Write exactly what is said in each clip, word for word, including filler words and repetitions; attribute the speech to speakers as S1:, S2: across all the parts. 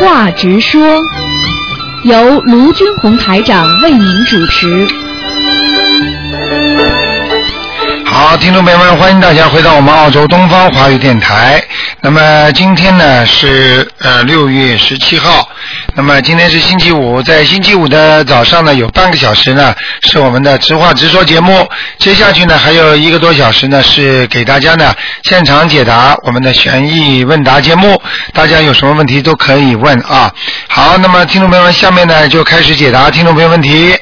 S1: 话直说，由卢军红台长为您主持。
S2: 好，听众朋友们，欢迎大家回到我们澳洲东方华语电台。那么今天呢是呃六月十七号，那么今天是星期五，在星期五的早上呢有半个小时呢是我们的直话直说节目，接下去呢还有一个多小时呢是给大家呢现场解答我们的悬疑问答节目，大家有什么问题都可以问啊。好，那么听众朋友们，下面呢就开始解答听众朋友问题。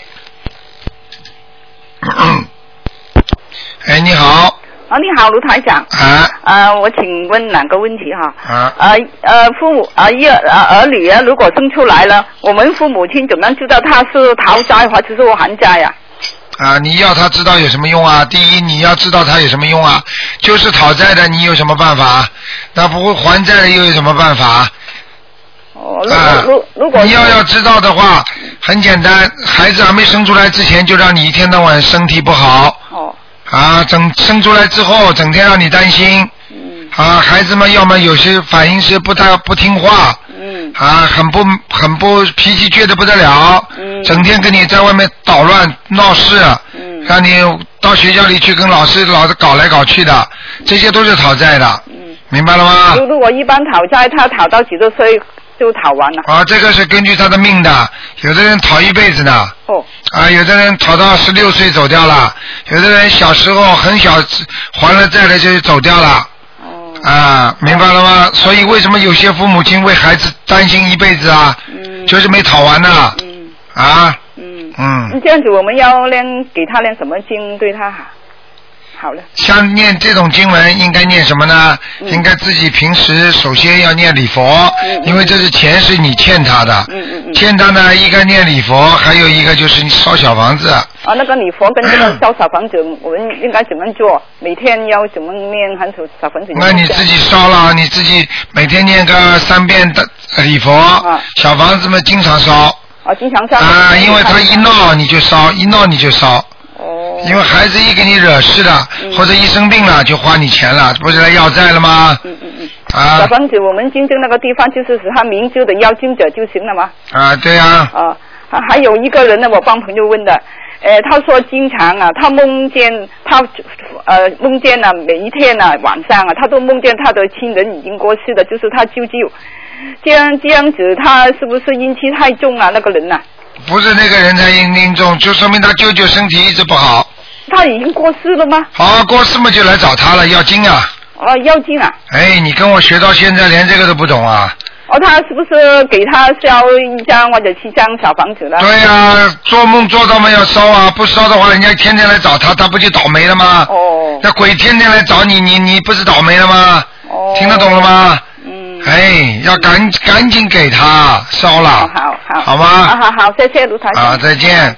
S2: 哎，你好。
S3: 啊，你好，卢台长。
S2: 啊。
S3: 呃，我请问两个问题哈。
S2: 啊。
S3: 呃呃，父母啊，一呃儿女啊，如果生出来了，我们父母亲怎么样知道他是讨债或者是还债呀？
S2: 啊，你要他知道有什么用啊？第一，你要知道他有什么用啊？就是讨债的，你有什么办法？那不会还债的又有什么办法？
S3: 哦，如果、啊、如如果
S2: 你要要知道的话，很简单，孩子还没生出来之前，就让你一天到晚身体不好。哦。啊，整生出来之后，整天让你担心。嗯。啊，孩子们要么有些反应是不太不听话。嗯。啊，很不很不脾气倔得不得了。嗯。整天跟你在外面捣乱闹事。嗯。让你到学校里去跟老师老是搞来搞去的，这些都是讨债的。嗯。明白了吗？
S3: 如果一般讨债，他讨到几多岁就讨完了？
S2: 啊，这个是根据他的命的，有的人讨一辈子的。哦。啊，有的人讨到十六岁走掉了，有的人小时候很小还了债了就走掉了。哦。啊，明白了吗？所以为什么有些父母亲为孩子担心一辈子啊？嗯。就是没讨完呢。嗯。啊。嗯。嗯。
S3: 这样子我们要练给他练什么经对他好？好了。
S2: 像念这种经文应该念什么呢？嗯、应该自己平时首先要念礼佛，嗯、因为这是钱是你欠他的。嗯嗯嗯、欠他呢，一个念礼佛，还有一个就是烧小房子。
S3: 啊，那个礼佛跟这个烧小房子，我们应该怎么做？每天要怎么念很少小房子？
S2: 那你自己烧了，你自己每天念个三遍的礼佛，啊、小房子嘛经常烧。
S3: 啊，经常烧。
S2: 啊，因为他一闹你就烧，一闹你就烧。因为孩子一给你惹事了，嗯、或者一生病了就花你钱了，不是来要债了吗？嗯嗯嗯。啊。
S3: 小房子，我们经正那个地方就是使他明知的要经者就行了吗？
S2: 啊，对呀、啊。
S3: 啊，还有一个人呢，我帮朋友问的，呃，他说经常啊，他梦见他呃梦见啊，每一天啊晚上啊，他都梦见他的亲人已经过世了，就是他舅舅，这样这样子，他是不是阴气太重啊？那个人呐、啊？
S2: 不是那个人才阴气重，就说明他舅舅身体一直不好。
S3: 他已经过世了吗？
S2: 好，过世嘛就来找他了，要经啊。
S3: 哦，要经啊。
S2: 哎，你跟我学到现在连这个都不懂啊。
S3: 哦，他是不是给他烧一张或者七张小房子了？
S2: 对呀、啊，做梦做到嘛要烧啊，不烧的话人家天天来找他，他不就倒霉了吗？哦。那鬼天天来找你，你你不是倒霉了吗？哦。听得懂了吗？嗯。哎，要赶赶紧给他烧了。
S3: 好好好。
S2: 好吗？
S3: 好好好，谢谢卢台长。
S2: 好，再见。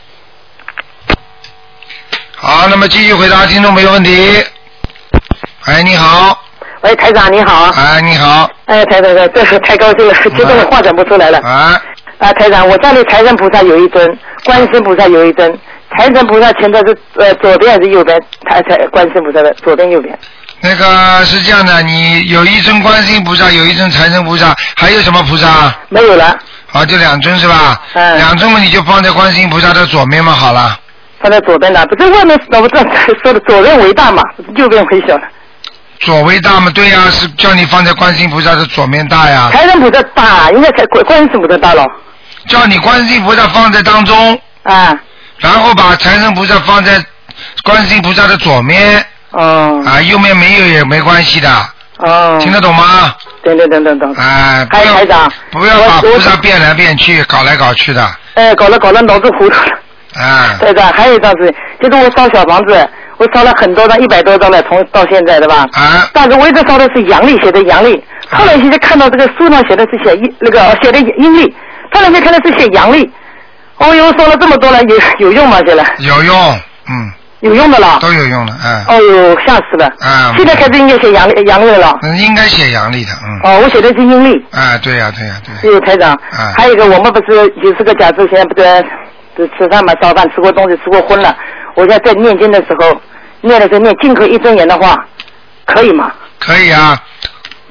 S2: 好，那么继续回答听众朋友问题。哎，你好。
S4: 喂，台长你好。
S2: 哎，你好。
S4: 哎，台长，这是太高兴了，激动的话讲不出来了。
S2: 啊。
S4: 啊，台长，我家里财神菩萨有一尊，观世音菩萨有一尊，财神菩萨前头是呃左边还是右边？财财观世音菩萨的左边右边。
S2: 那个是这样的，你有一尊观世音菩萨，有一尊财神菩萨，还有什么菩萨？
S4: 没有了。
S2: 好，就两尊是吧？
S4: 嗯。
S2: 两尊嘛，你就放在观世音菩萨的左面嘛，好了。
S4: 放在左边的，不是外面我不知道说的左边为大嘛，右边为小的。
S2: 左为大嘛，对呀、啊，是叫你放在观世音菩萨的左面大呀。
S4: 财神菩萨大，应该才观世音菩萨大了。
S2: 叫你观世音菩萨放在当中。
S4: 啊。
S2: 然后把财神菩萨放在观世音菩萨的左面。
S4: 哦。
S2: 啊，右面没有也没关系的。哦。听得懂吗？
S4: 对对对对对。
S2: 哎，
S4: 还有台长，
S2: 不要把菩萨变来变去，搞来搞去的。
S4: 哎，搞了搞了，脑子糊涂了。
S2: 啊。
S4: 对的，还有一张是，就是我烧小房子。我烧了很多张，一百多张了，从到现在，对吧？啊。但是我一直烧的是阳历，写的阳历。后来现在看到这个书上写的是写阴那个写的阴历，后来现在看的是写阳历。哦哟，烧了这么多了，有有用吗？现在？
S2: 有用，嗯。
S4: 有用的了。
S2: 都有用的，哎。
S4: 哦哟，吓死了。啊。现在开始应该写阳历阳历了。
S2: 嗯，应该写阳历的，嗯。
S4: 哦，我写的是阴历。
S2: 啊，对呀、啊，对呀、啊，对、啊。
S4: 对，台长。啊。还有一个，我们不是有这个假设，现在不是就吃饭嘛，烧饭吃过东西，吃过荤了。我现在在念经的时候。念的时候念进口一真言的话，可以吗？
S2: 可以啊。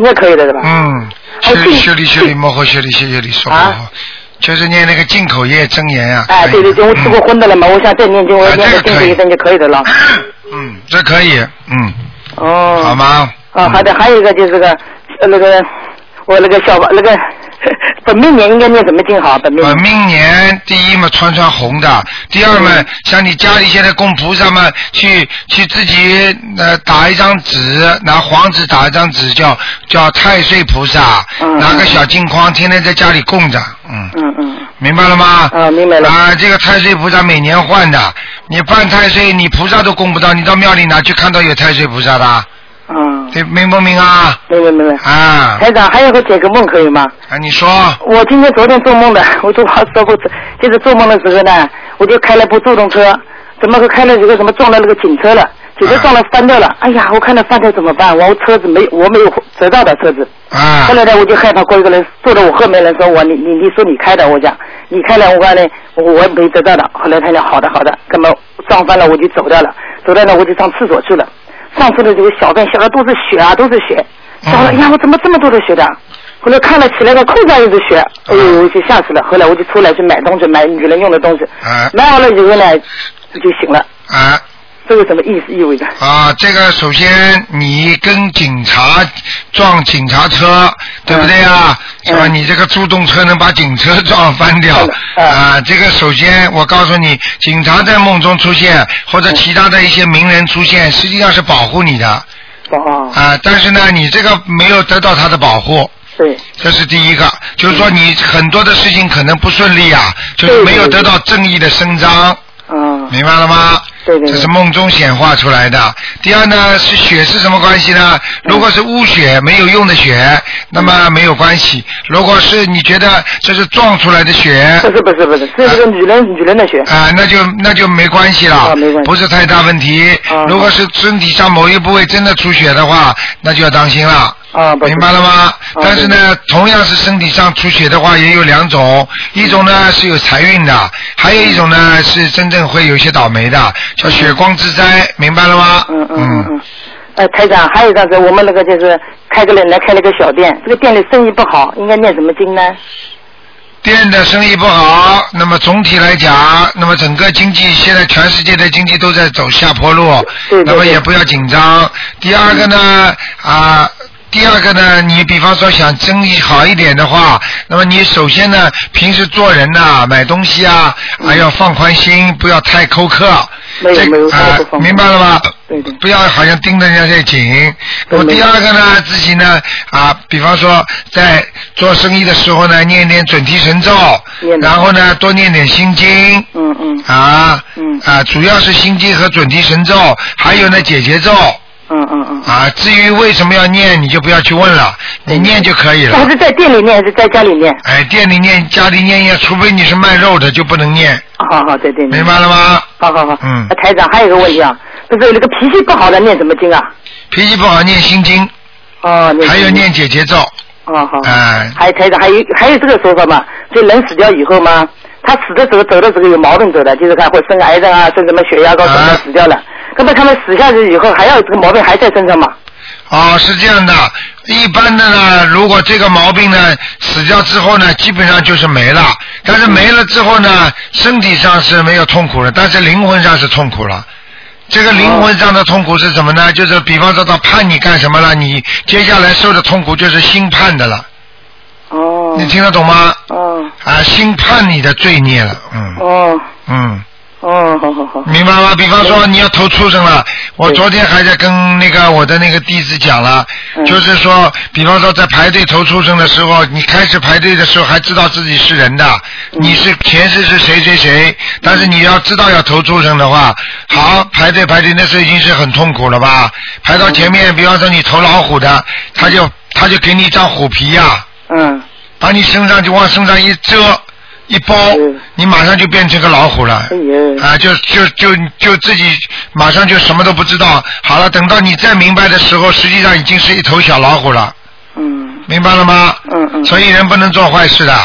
S4: 应该可以的是吧？
S2: 嗯，修修理修理摩诃修理修理说摩诃。就是念那个进口业真言呀、啊。
S4: 哎，对对对，我吃过荤的了嘛，我想再念经，我念个进口业真就可以的了。
S2: 嗯，这可以，嗯。
S4: 哦。
S2: 好吗？
S4: 哦，好的，还有一个就是个呃那个我那个小那个本命年应该念什么经好？本命年。
S2: 本命年第一嘛穿穿红的，第二嘛、嗯、像你家里现在供菩萨嘛，去去自己呃打一张纸，拿黄纸打一张纸叫叫太岁菩萨，嗯、拿个小镜框，天天在家里供着，嗯嗯嗯，明白了吗？
S4: 啊，明白了。
S2: 啊，这个太岁菩萨每年换的，你办太岁你菩萨都供不到，你到庙里哪去看到有太岁菩萨的？
S4: 嗯，
S2: 对，明不明啊？
S4: 明白明白。
S2: 啊，
S4: 台长，还有个解个梦可以吗？
S2: 啊，你说。
S4: 我今天昨天做梦的，我做说过，就是做梦的时候呢，我就开了部助动车，怎么个开了一个什么撞到那个警车了，警车撞了翻掉了，啊、哎呀，我看到翻掉怎么办？我车子没我没有折到的车子。啊。后来呢，我就害怕，过一个人坐在我后面人说我你你你说你开的，我讲你开了，我讲呢我没折到的。后来他讲好的好的，那么撞翻了我就走掉了，走掉了我就上厕所去了。上次的这个小便小的都是血啊，都是血。然后、嗯、呀，我怎么这么多的血的？后来看了起来的裤子上也是血，哎呦，我就吓死了。后来我就出来去买东西，买女人用的东西。啊、买完了以后呢，就醒了。啊。这个什么意思意味着？
S2: 啊，这个首先你跟警察撞警察车，对不对啊？是吧？嗯、你这个助动车能把警车撞翻掉、嗯、啊！这个首先我告诉你，警察在梦中出现，或者其他的一些名人出现，实际上是保护你的。
S4: 哦。
S2: 啊，但是呢，你这个没有得到他的保护。
S4: 对。
S2: 这是第一个，就是说你很多的事情可能不顺利啊，就是没有得到正义的伸张。
S4: 嗯。
S2: 明白了吗？
S4: 对对对，
S2: 这是梦中显化出来的。第二呢，是血是什么关系呢？如果是污血没有用的血，那么没有关系。如果是你觉得这是撞出来的血，
S4: 不是不是不是，这是个女人、啊、女人的血
S2: 啊，那就那就没关系了，
S4: 啊、没关系，
S2: 不是太大问题。啊、如果是身体上某一部位真的出血的话，那就要当心了。
S4: 啊，
S2: 明白了吗？啊、但是呢，同样是身体上出血的话，也有两种，一种呢是有财运的，还有一种呢是真正会有些倒霉的，叫血光之灾，明白了吗？
S4: 嗯嗯嗯嗯。呃，台长，还有一个是我们那个就是开个人来开了个小店，这个店里生意不好，应该念什么经呢？
S2: 店的生意不好，那么总体来讲，那么整个经济现在全世界的经济都在走下坡路，
S4: 对对对，
S2: 那么也不要紧张。第二个呢，啊。第二个呢，你比方说想生意好一点的话，那么你首先呢，平时做人呐、啊，买东西啊，还、嗯、要放宽心，不要太苛刻。
S4: 没有没有，
S2: 啊、呃，明白了吗？
S4: 对对。
S2: 不要好像盯着人家太紧。那么第二个呢，自己呢啊，比方说在做生意的时候呢，念念准提神咒，然后呢多念点心经。
S4: 嗯嗯。
S2: 啊。
S4: 嗯。
S2: 啊，主要是心经和准提神咒，还有呢解结咒。
S4: 嗯嗯嗯。
S2: 啊，至于为什么要念，你就不要去问了，你念就可以了。
S4: 还是在店里念，还是在家里念？
S2: 哎，店里念，家里念念，除非你是卖肉的，就不能念。
S4: 好好，在店里。
S2: 明白了吗？
S4: 好好好。
S2: 嗯。
S4: 台长，还有一个问题啊，就是那个脾气不好的念什么经啊？
S2: 脾气不好念心经。
S4: 哦，念。
S2: 还有念解结咒。
S4: 哦好。
S2: 哎。
S4: 还有台长，还有还有这个说法嘛？就人死掉以后嘛，他死的时候走的时候有毛病走的，就是看会生癌症啊，生什么血压高，什么死掉了。那么他们死下去以后，还要这个毛病还在身上吗？
S2: 哦，是这样的，一般的呢，如果这个毛病呢死掉之后呢，基本上就是没了。但是没了之后呢，身体上是没有痛苦了，但是灵魂上是痛苦了。这个灵魂上的痛苦是什么呢？就是比方说他判你干什么了，你接下来受的痛苦就是心判的了。
S4: 哦。
S2: 你听得懂吗？
S4: 哦。
S2: 啊，心判你的罪孽了，嗯。
S4: 哦。
S2: 嗯。
S4: 哦，好好好，
S2: 明白吗？比方说你要投畜生了，我昨天还在跟那个我的那个弟子讲了，就是说，比方说在排队投畜生的时候，你开始排队的时候还知道自己是人的，你是前世是谁谁谁，但是你要知道要投畜生的话，好排队排队那时候已经是很痛苦了吧？排到前面，比方说你投老虎的，他就他就给你一张虎皮呀，
S4: 嗯，
S2: 把你身上就往身上一遮。一包，你马上就变成个老虎了，啊，就就就就自己马上就什么都不知道。好了，等到你再明白的时候，实际上已经是一头小老虎了。
S4: 嗯，
S2: 明白了吗？
S4: 嗯嗯。
S2: 所以人不能做坏事的，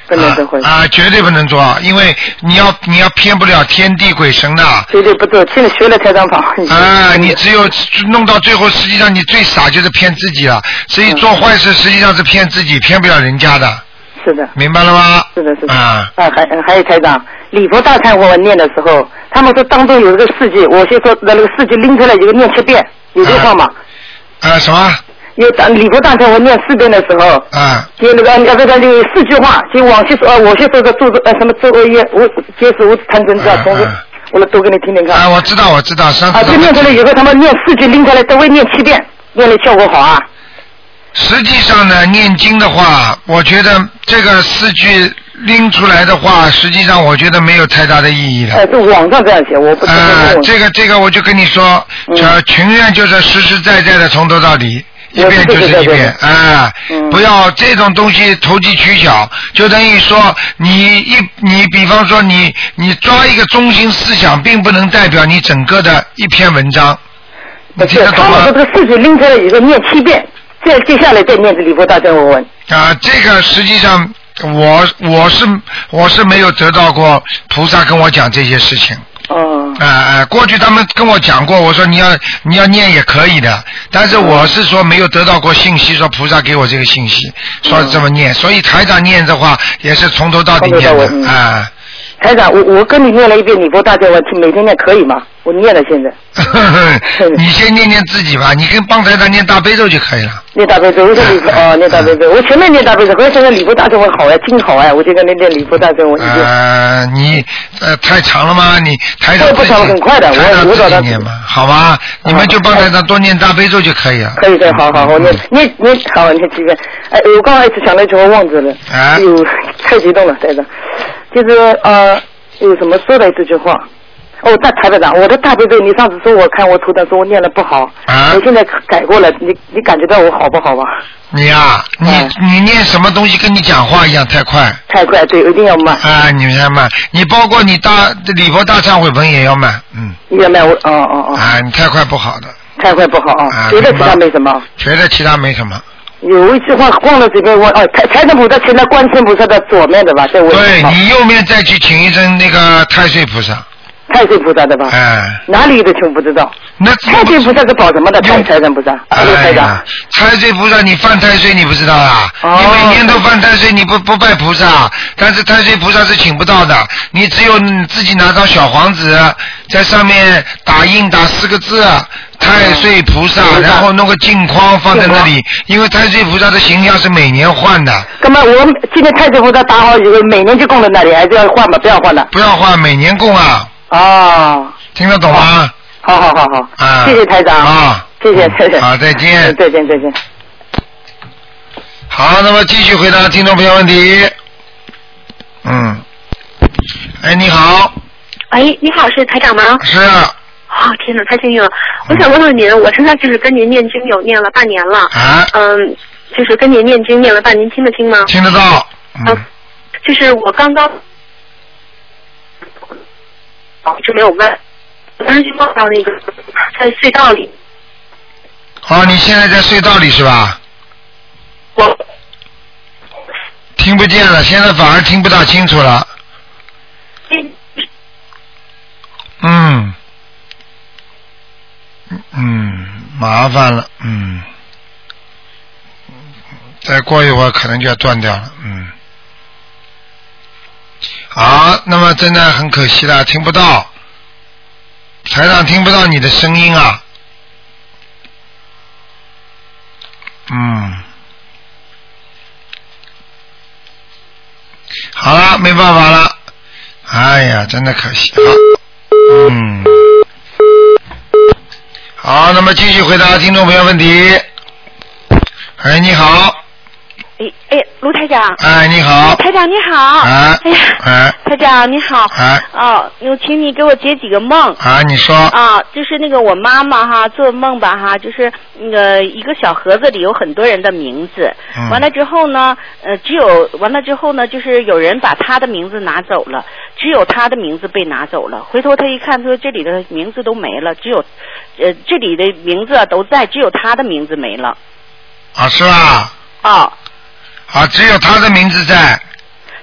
S4: 不能做坏事
S2: 啊，啊绝对不能做，因为你要你要骗不了天地鬼神的。
S4: 绝对不做，现在学了台长跑。
S2: 啊，你只有弄到最后，实际上你最傻就是骗自己了。所以做坏事实际上是骗自己，骗不了人家的。
S4: 是的。
S2: 明白了吗？
S4: 是的，是的。
S2: 啊。
S4: 啊，还还有台长，礼佛大忏悔文念的时候，他们说当中有一个事迹，我先说那个事迹拎出来一个念七遍，有这话吗？
S2: 啊，什么？
S4: 有礼佛大忏悔念四遍的时候，
S2: 啊，
S4: 就那个要不然就有四句话，就往些说，呃，我先说个做呃什么做恶业，我接受无贪嗔痴，从我来读给你听听看。
S2: 啊，我知道，我知道，上次。
S4: 啊，就念出来以后，他们念四句拎出来，都会念七遍，念的效果好啊。
S2: 实际上呢，念经的话，我觉得这个四句拎出来的话，实际上我觉得没有太大的意义的。
S4: 呃，是网上这样写，我不知道。
S2: 呃，这个这个我就跟你说，呃，群愿就是实实在在的从头到底。一遍就是一遍啊、嗯！不要这种东西投机取巧，就等于说你一你比方说你你抓一个中心思想，并不能代表你整个的一篇文章。你听得懂吗？
S4: 他们说这个四句拎出来以后念七遍，再接下来再念这礼佛大忏悔文。
S2: 啊，这个实际上我我是我是没有得到过菩萨跟我讲这些事情。
S4: 哦，
S2: 啊啊！过去他们跟我讲过，我说你要你要念也可以的，但是我是说没有得到过信息，说菩萨给我这个信息，说这么念，所以台长念的话也是从头到底念的、嗯、啊。
S4: 台长，我我跟你念了一遍礼佛大忏悔，每天念可以吗？我念了现在。
S2: 你先念念自己吧，你跟帮台长念大悲咒就可以了。
S4: 念大悲咒，我说礼佛哦，念大悲咒，我前面念大悲咒，可是现在礼佛大忏悔好呀，经好哎，我就跟你念礼佛大忏悔。
S2: 呃，你呃太长了吗？你台长
S4: 不长，很快的，我我找他
S2: 念嘛，好吧？你们就帮台长多念大悲咒就可以了。
S4: 可以可以，好好好，念念念好，念几遍。哎，我刚才一直想了一句，我忘记了。啊。有太激动了，台长。就是呃，有什么说的这句话？哦，大台长，我的大悲咒，你上次说我看我图腾说我念的不好，啊、我现在改过了，你你感觉到我好不好吧？
S2: 你呀、啊，你、嗯、你念什么东西跟你讲话一样太快。
S4: 太快，对，一定要慢。
S2: 啊，你要慢，你包括你大礼佛大忏悔文也要慢，嗯。
S4: 要慢，我哦哦哦。
S2: 啊，你太快不好的。
S4: 太快不好啊。别的其他没什么。
S2: 别的其他没什么。
S4: 有一句话忘了这边我哦，财财神菩萨请在观世音菩萨的左面的吧，在我。
S2: 对你右面再去请一尊那个太岁菩萨。
S4: 太岁菩萨的吧？哎。哪里的请不知道。那太岁菩萨是保什么的？太财神菩萨。
S2: 哎呀，太岁菩萨你犯太岁你不知道啊？哦。你每年都犯太岁，你不不拜菩萨，但是太岁菩萨是请不到的，你只有你自己拿张小黄纸，在上面打印打四个字。太岁菩萨，然后弄个镜框放在那里，因为太岁菩萨的形象是每年换的。
S4: 那么我们今天太岁菩萨打好以后，每年就供在那里，还是要换吗？不要换的。
S2: 不要换，每年供啊。
S4: 哦。
S2: 听得懂吗？
S4: 好好好好。啊。谢谢台长。
S2: 啊。
S4: 谢谢谢谢。
S2: 好，再见。
S4: 再见再见。
S2: 好，那么继续回答听众朋友问题。嗯。哎，你好。
S5: 哎，你好，是台长吗？
S2: 是。
S5: 哦，天哪，太幸运了！我想问问您，我现在就是跟您念经有念了半年了，
S2: 啊，
S5: 嗯，就是跟您念经念了半年，听得清吗？
S2: 听得到。嗯。
S5: 啊、就是我刚刚，一直没有问，我当时就梦到那个在隧道里。
S2: 哦，你现在在隧道里是吧？
S5: 我。
S2: 听不见了，现在反而听不大清楚了。
S5: 嗯。
S2: 嗯。嗯，麻烦了，嗯，再过一会儿可能就要断掉了，嗯。好，那么真的很可惜了，听不到，台长听不到你的声音啊，嗯，好了，没办法了，哎呀，真的可惜，好，嗯。好，那么继续回答听众朋友问题。哎，你好。
S6: 哎哎，卢台长。
S2: 哎，你好。
S6: 台长你好。
S2: 哎。
S6: 哎呀。
S2: 哎。
S6: 台长你好。
S2: 哎。
S6: 哦，我请你给我解几个梦。
S2: 啊，你说。
S6: 啊，就是那个我妈妈哈做梦吧哈，就是那个一个小盒子里有很多人的名字。嗯。完了之后呢，呃，只有完了之后呢，就是有人把他的名字拿走了，只有他的名字被拿走了。回头他一看，他说这里的名字都没了，只有。呃，这里的名字都在，只有他的名字没了。
S2: 啊，是吧？
S6: 啊。
S2: 啊，只有他的名字在。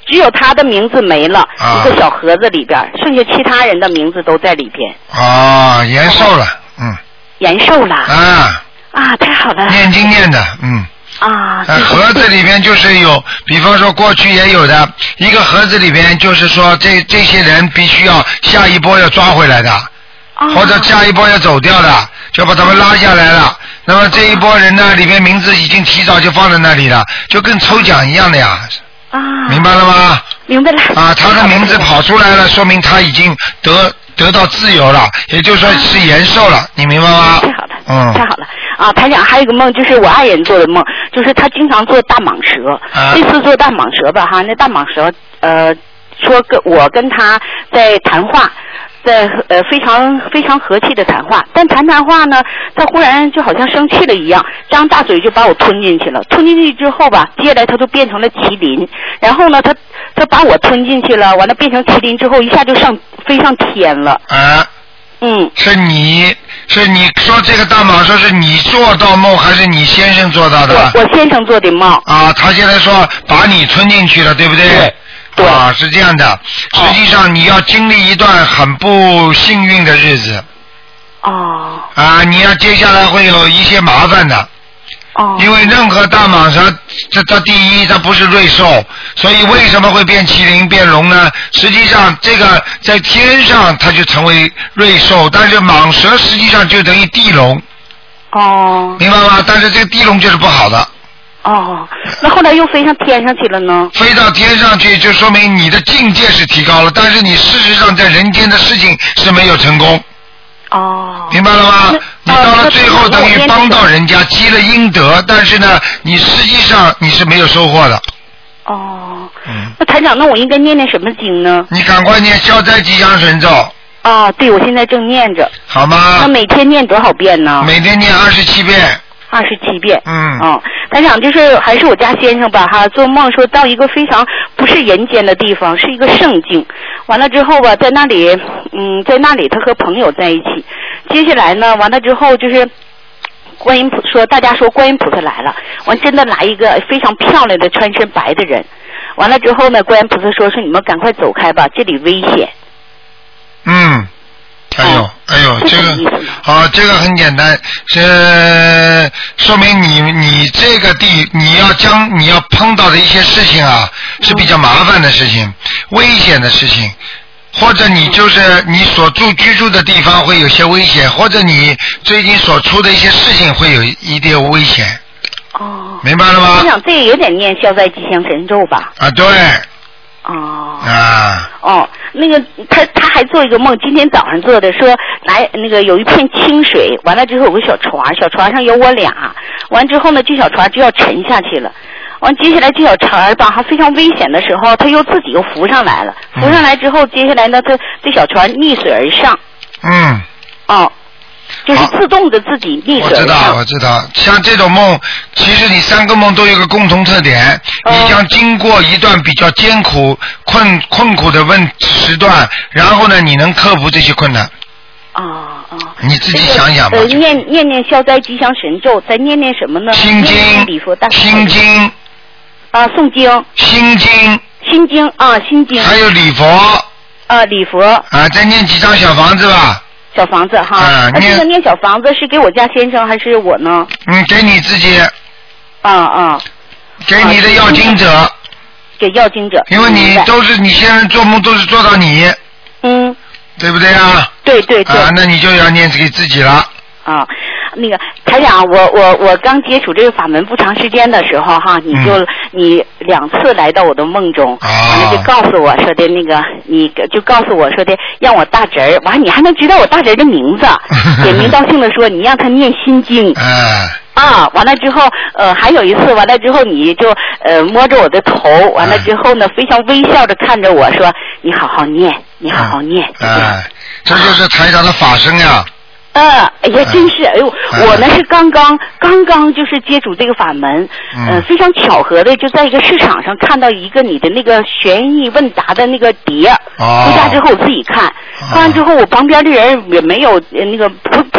S6: 只有他的名字没了，
S2: 啊、
S6: 一个小盒子里边，剩下其他人的名字都在里边。
S2: 哦，延寿了，嗯。
S6: 延寿了。
S2: 啊。
S6: 啊，太好了。
S2: 念经念的，嗯。
S6: 啊。
S2: 呃、盒子里边就是有，比方说过去也有的一个盒子里边，就是说这这些人必须要下一波要抓回来的，啊、或者下一波要走掉的，就把他们拉下来了。那么这一波人呢，里面名字已经提早就放在那里了，就跟抽奖一样的呀。
S6: 啊，
S2: 明白了吗？
S6: 明白了。
S2: 啊，他的名字跑出来了，说明他已经得得到自由了，也就是说是延寿了，你明白吗？
S6: 太好了，
S2: 嗯，
S6: 太好了。啊，台长还有一个梦，就是我爱人做的梦，就是他经常做大蟒蛇。啊、这次做大蟒蛇吧，哈，那大蟒蛇呃说跟我跟他在谈话。在呃非常非常和气的谈话，但谈谈话呢，他忽然就好像生气了一样，张大嘴就把我吞进去了。吞进去之后吧，接下来他就变成了麒麟，然后呢，他他把我吞进去了，完了变成麒麟之后，一下就上飞上天了。
S2: 啊，
S6: 嗯，
S2: 是你是你说这个大蟒蛇是你做到梦还是你先生做到的？
S6: 我我先生做的梦。
S2: 啊，他现在说把你吞进去了，对不对？
S6: 对。
S2: 对啊，是这样的。实际上你要经历一段很不幸运的日子。
S6: 哦。
S2: 啊，你要接下来会有一些麻烦的。
S6: 哦。
S2: 因为任何大蟒蛇，这它第一它不是瑞兽，所以为什么会变麒麟变龙呢？实际上这个在天上它就成为瑞兽，但是蟒蛇实际上就等于地龙。
S6: 哦。
S2: 明白吗？但是这个地龙就是不好的。
S6: 哦，那后来又飞上天上去了呢？
S2: 飞到天上去，就说明你的境界是提高了，但是你事实上在人间的事情是没有成功。
S6: 哦。
S2: 明白了吗？你到了最后等于帮到人家，积了阴德，但是呢，你实际上你是没有收获的。
S6: 哦。嗯。那台长，那我应该念念什么经呢？
S2: 你赶快念消灾吉祥神咒。
S6: 哦，对，我现在正念着。
S2: 好吗？
S6: 那每天念多少遍呢？
S2: 每天念二十七遍。
S6: 二十七遍。
S2: 嗯。
S6: 哦，台长，就是还是我家先生吧哈，做梦说到一个非常不是人间的地方，是一个圣境。完了之后吧，在那里，嗯，在那里他和朋友在一起。接下来呢，完了之后就是观音菩说，大家说观音菩萨来了，完真的来一个非常漂亮的穿身白的人。完了之后呢，观音菩萨说说你们赶快走开吧，这里危险。
S2: 嗯。哎呦，哦、哎呦，这个好、哦，这个很简单，是说明你你这个地你要将你要碰到的一些事情啊，是比较麻烦的事情，嗯、危险的事情，或者你就是你所住居住的地方会有些危险，或者你最近所出的一些事情会有一点危险。
S6: 哦。
S2: 明白了吗？
S6: 我想这个也得念消灾吉祥神咒吧。
S2: 啊，对。
S6: 哦。
S2: 啊。
S6: 哦，那个他他还做一个梦，今天早上做的，说来那个有一片清水，完了之后有个小船，小船上有我俩，完之后呢，这小船就要沉下去了。完接下来这小船吧，还非常危险的时候，他又自己又浮上来了。浮上来之后，接下来呢，他这小船逆水而上。
S2: 嗯。
S6: 哦。就是自动的自己逆水而上。
S2: 我知道，我知道。像这种梦，其实你三个梦都有个共同特点，哦、你将经过一段比较艰苦、困困苦的问时段，然后呢，你能克服这些困难。
S6: 啊啊！
S2: 你自己想想吧。
S6: 呃，念念念消灾吉祥神咒，再念念什么呢？
S2: 心经、
S6: 念念礼佛大
S2: 心经。
S6: 啊，诵经。
S2: 心经。
S6: 心经啊，心经。
S2: 还有礼佛。
S6: 啊，礼佛。
S2: 啊，再念几张小房子吧。
S6: 小房子哈，啊，这个念小房子是给我家先生还是我呢？
S2: 嗯，给你自己。
S6: 啊啊。
S2: 给你的要经者。啊、
S6: 给要经者。
S2: 因为你都是你现在做梦都是做到你。
S6: 嗯。
S2: 对不对啊？
S6: 对对对。
S2: 啊，那你就要念给自己了。
S6: 啊，那个台长，我我我刚接触这个法门不长时间的时候哈，你就、嗯、你两次来到我的梦中，完了、啊、就告诉我说的那个，你就告诉我说的让我大侄儿，完了你还能知道我大侄儿的名字，点名道姓的说你让他念心经。
S2: 啊。
S6: 啊，完了之后，呃，还有一次，完了之后，你就呃摸着我的头，完了之后呢，非常微笑着看着我说：“你好好念，你好好念。”
S2: 哎，这就是台长的法身呀。
S6: 呃，哎呀，真是，哎呦，我呢是刚刚刚刚就是接触这个法门，呃，非常巧合的就在一个市场上看到一个你的那个悬疑问答的那个碟，回家之后我自己看，看完之后我旁边的人也没有那个不不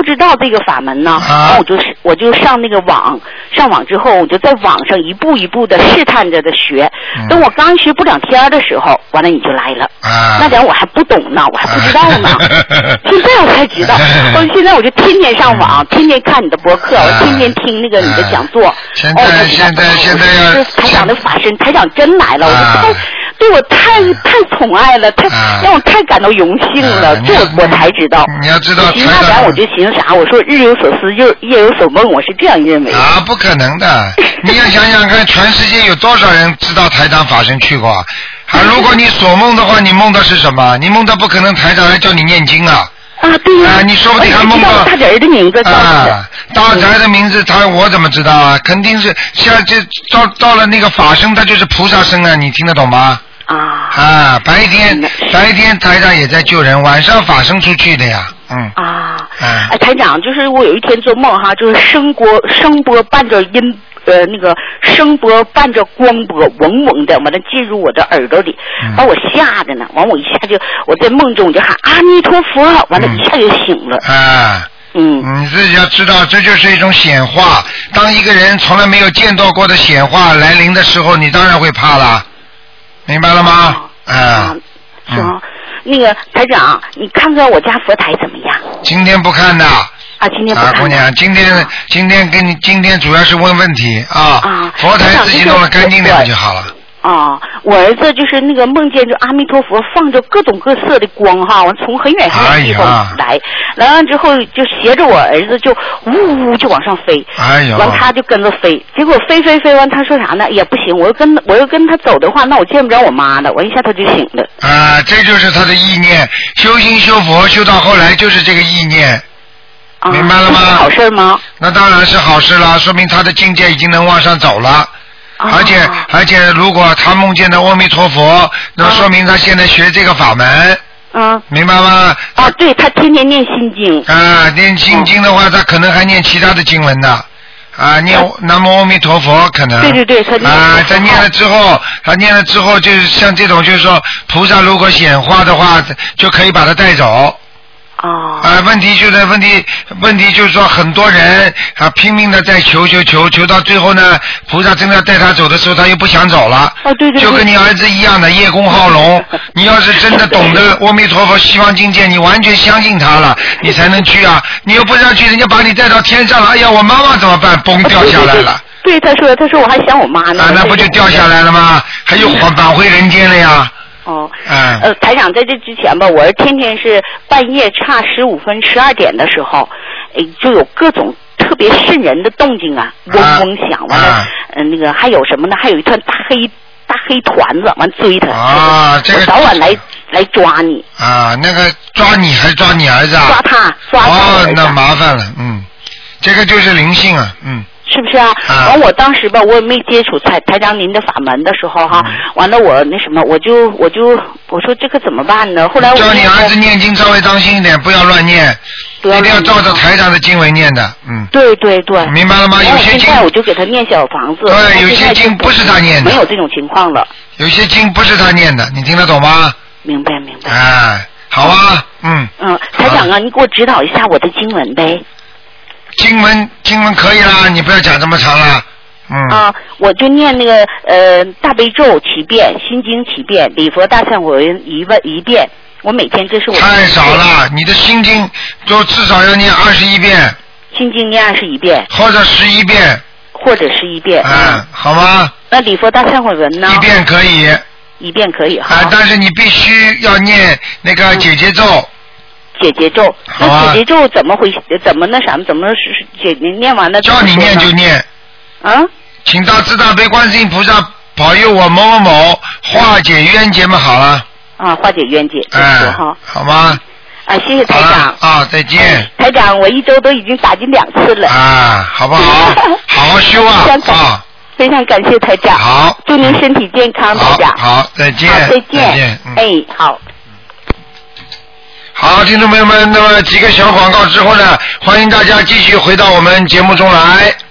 S6: 不知道这个法门呢，然后我就我就上那个网，上网之后我就在网上一步一步的试探着的学。等我刚学不两天的时候，完了你就来了。那点我还不懂呢，我还不知道呢。现在我才知道，我现在我就天天上网，天天看你的博客，我天天听那个你的讲座。
S2: 现在现在现在要
S6: 台长的法身，台长真来了，我就太对我太太宠爱了，太让我太感到荣幸了，这我我才知道。
S2: 你要知道，
S6: 其他点我就寻思啥？我说日有所思，夜夜有所梦，我是这样认为。
S2: 啊，不可能的！你要想想看，全世界有多少人知道台长法身去过啊？如果你所梦的话，你梦的是什么？你梦到不可能台长来叫你念经啊！
S6: 啊，对呀、
S2: 啊！你说不定还梦到
S6: 大侄的名字。
S2: 啊，大侄的名字，他我怎么知道啊？肯定是像这到到了那个法身，他就是菩萨身啊！你听得懂吗？
S6: 啊
S2: 啊！白天白天台长也在救人，晚上法身出去的呀。嗯
S6: 啊。
S2: 哎、
S6: 嗯，台长，就是我有一天做梦哈，就是声波声波伴着音。呃，那个声波伴着光波，嗡嗡的，完了进入我的耳朵里，把我吓的呢。完我一下就，我在梦中我就喊阿弥陀佛，完了一下就醒了。
S2: 嗯、啊，嗯，你自己要知道，这就是一种显化。当一个人从来没有见到过的显化来临的时候，你当然会怕了，明白了吗？啊，
S6: 啊是啊、嗯，那个台长，你看看我家佛台怎么样？
S2: 今天不看的。
S6: 啊，今天不看。
S2: 啊，姑娘，今天今天跟你今天主要是问问题啊。啊。佛台自己弄得干净点就好了。
S6: 啊，我儿子就是那个梦见就阿弥陀佛放着各种各色的光哈，完从很远很远的地方来，来完之后就携着我儿子就呜呜就往上飞。
S2: 哎呀。
S6: 完他就跟着飞，结果飞飞飞完，他说啥呢？也不行，我要跟我要跟他走的话，那我见不着我妈了。完一下他就醒了。
S2: 啊，这就是他的意念，修心修佛修到后来就是这个意念。明白了吗？
S6: 啊、好事吗？
S2: 那当然是好事了，说明他的境界已经能往上走了。啊、而且而且，如果他梦见的阿弥陀佛，那说明他现在学这个法门。
S6: 嗯、啊。
S2: 明白吗？
S6: 啊，对，他天天念心经。
S2: 啊，念心经的话，他可能还念其他的经文呢。啊，念南无阿弥陀佛可能。
S6: 对对对，他念。
S2: 啊，他念了之后，他念了之后，就是像这种，就是说菩萨如果显化的话，就可以把他带走。
S6: 哦。
S2: 啊，问题就是问题，问题就是说，很多人啊拼命的在求求求求到最后呢，菩萨真的要带他走的时候，他又不想走了。
S6: 哦，对对对。
S2: 就跟你儿子一样的叶公好龙，你要是真的懂得阿弥陀佛西方境界，你完全相信他了，你才能去啊！你又不让去，人家把你带到天上了，哎呀，我妈妈怎么办？崩掉下来了。
S6: 对，他说，他说我还想我妈呢。
S2: 啊，那不就掉下来了吗？还有返返回人间了呀。
S6: 哦，
S2: 嗯，
S6: 呃，台长在这之前吧，我是天天是半夜差十五分、十二点的时候，哎，就有各种特别瘆人的动静啊，嗡嗡响，完了，嗯、呃，那个还有什么呢？还有一团大黑大黑团子，完追他，
S2: 啊，这个
S6: 我早晚来来抓你。
S2: 啊，那个抓你还抓你儿子啊？
S6: 抓他，抓他。
S2: 哦，那麻烦了，嗯，这个就是灵性啊，嗯。
S6: 是不是啊？完、啊、我当时吧，我也没接触台台长您的法门的时候哈，嗯、完了我那什么，我就我就我说这个怎么办呢？后来我
S2: 叫你儿子念经稍微当心一点，不要乱念，
S6: 要
S2: 一定要照着台长的经文念的，嗯。
S6: 对对对。
S2: 明白了吗？有些经
S6: 现在我就给他念小房子。
S2: 对，有些经不是他念的。
S6: 没有这种情况了。
S2: 有些经不是他念的，你听得懂吗？
S6: 明白明白。
S2: 哎，好啊，嗯。
S6: 嗯，台长啊，你给我指导一下我的经文呗。
S2: 经文经文可以啦，你不要讲这么长了。嗯。
S6: 啊，我就念那个呃大悲咒七遍，心经七遍，礼佛大忏悔文一万一遍。我每天这是我。
S2: 太少了，你的心经就至少要念二十一遍。
S6: 心经念二十一遍。
S2: 或者十一遍。
S6: 或者十一遍。
S2: 嗯，好吗？
S6: 那礼佛大忏悔文呢？
S2: 一遍可以。
S6: 一遍可以哈。
S2: 啊，但是你必须要念那个姐姐咒。嗯
S6: 姐姐咒，那姐姐咒怎么回？怎么那啥？怎么是姐你念完了？
S2: 叫你念就念。
S6: 啊？
S2: 请大慈大悲观世音菩萨保佑我某某某化解冤结嘛，好了。
S6: 啊，化解冤结。
S2: 哎，好吗？
S6: 啊，谢谢台长。
S2: 啊，再见。
S6: 台长，我一周都已经打进两次了。
S2: 啊，好不好？好好修啊！啊，
S6: 非常感谢台长。
S2: 好，
S6: 祝您身体健康，台长。
S2: 好，再见。
S6: 好，再见。
S2: 再见。
S6: 哎，好。
S2: 好，听众朋友们，那么几个小广告之后呢，欢迎大家继续回到我们节目中来。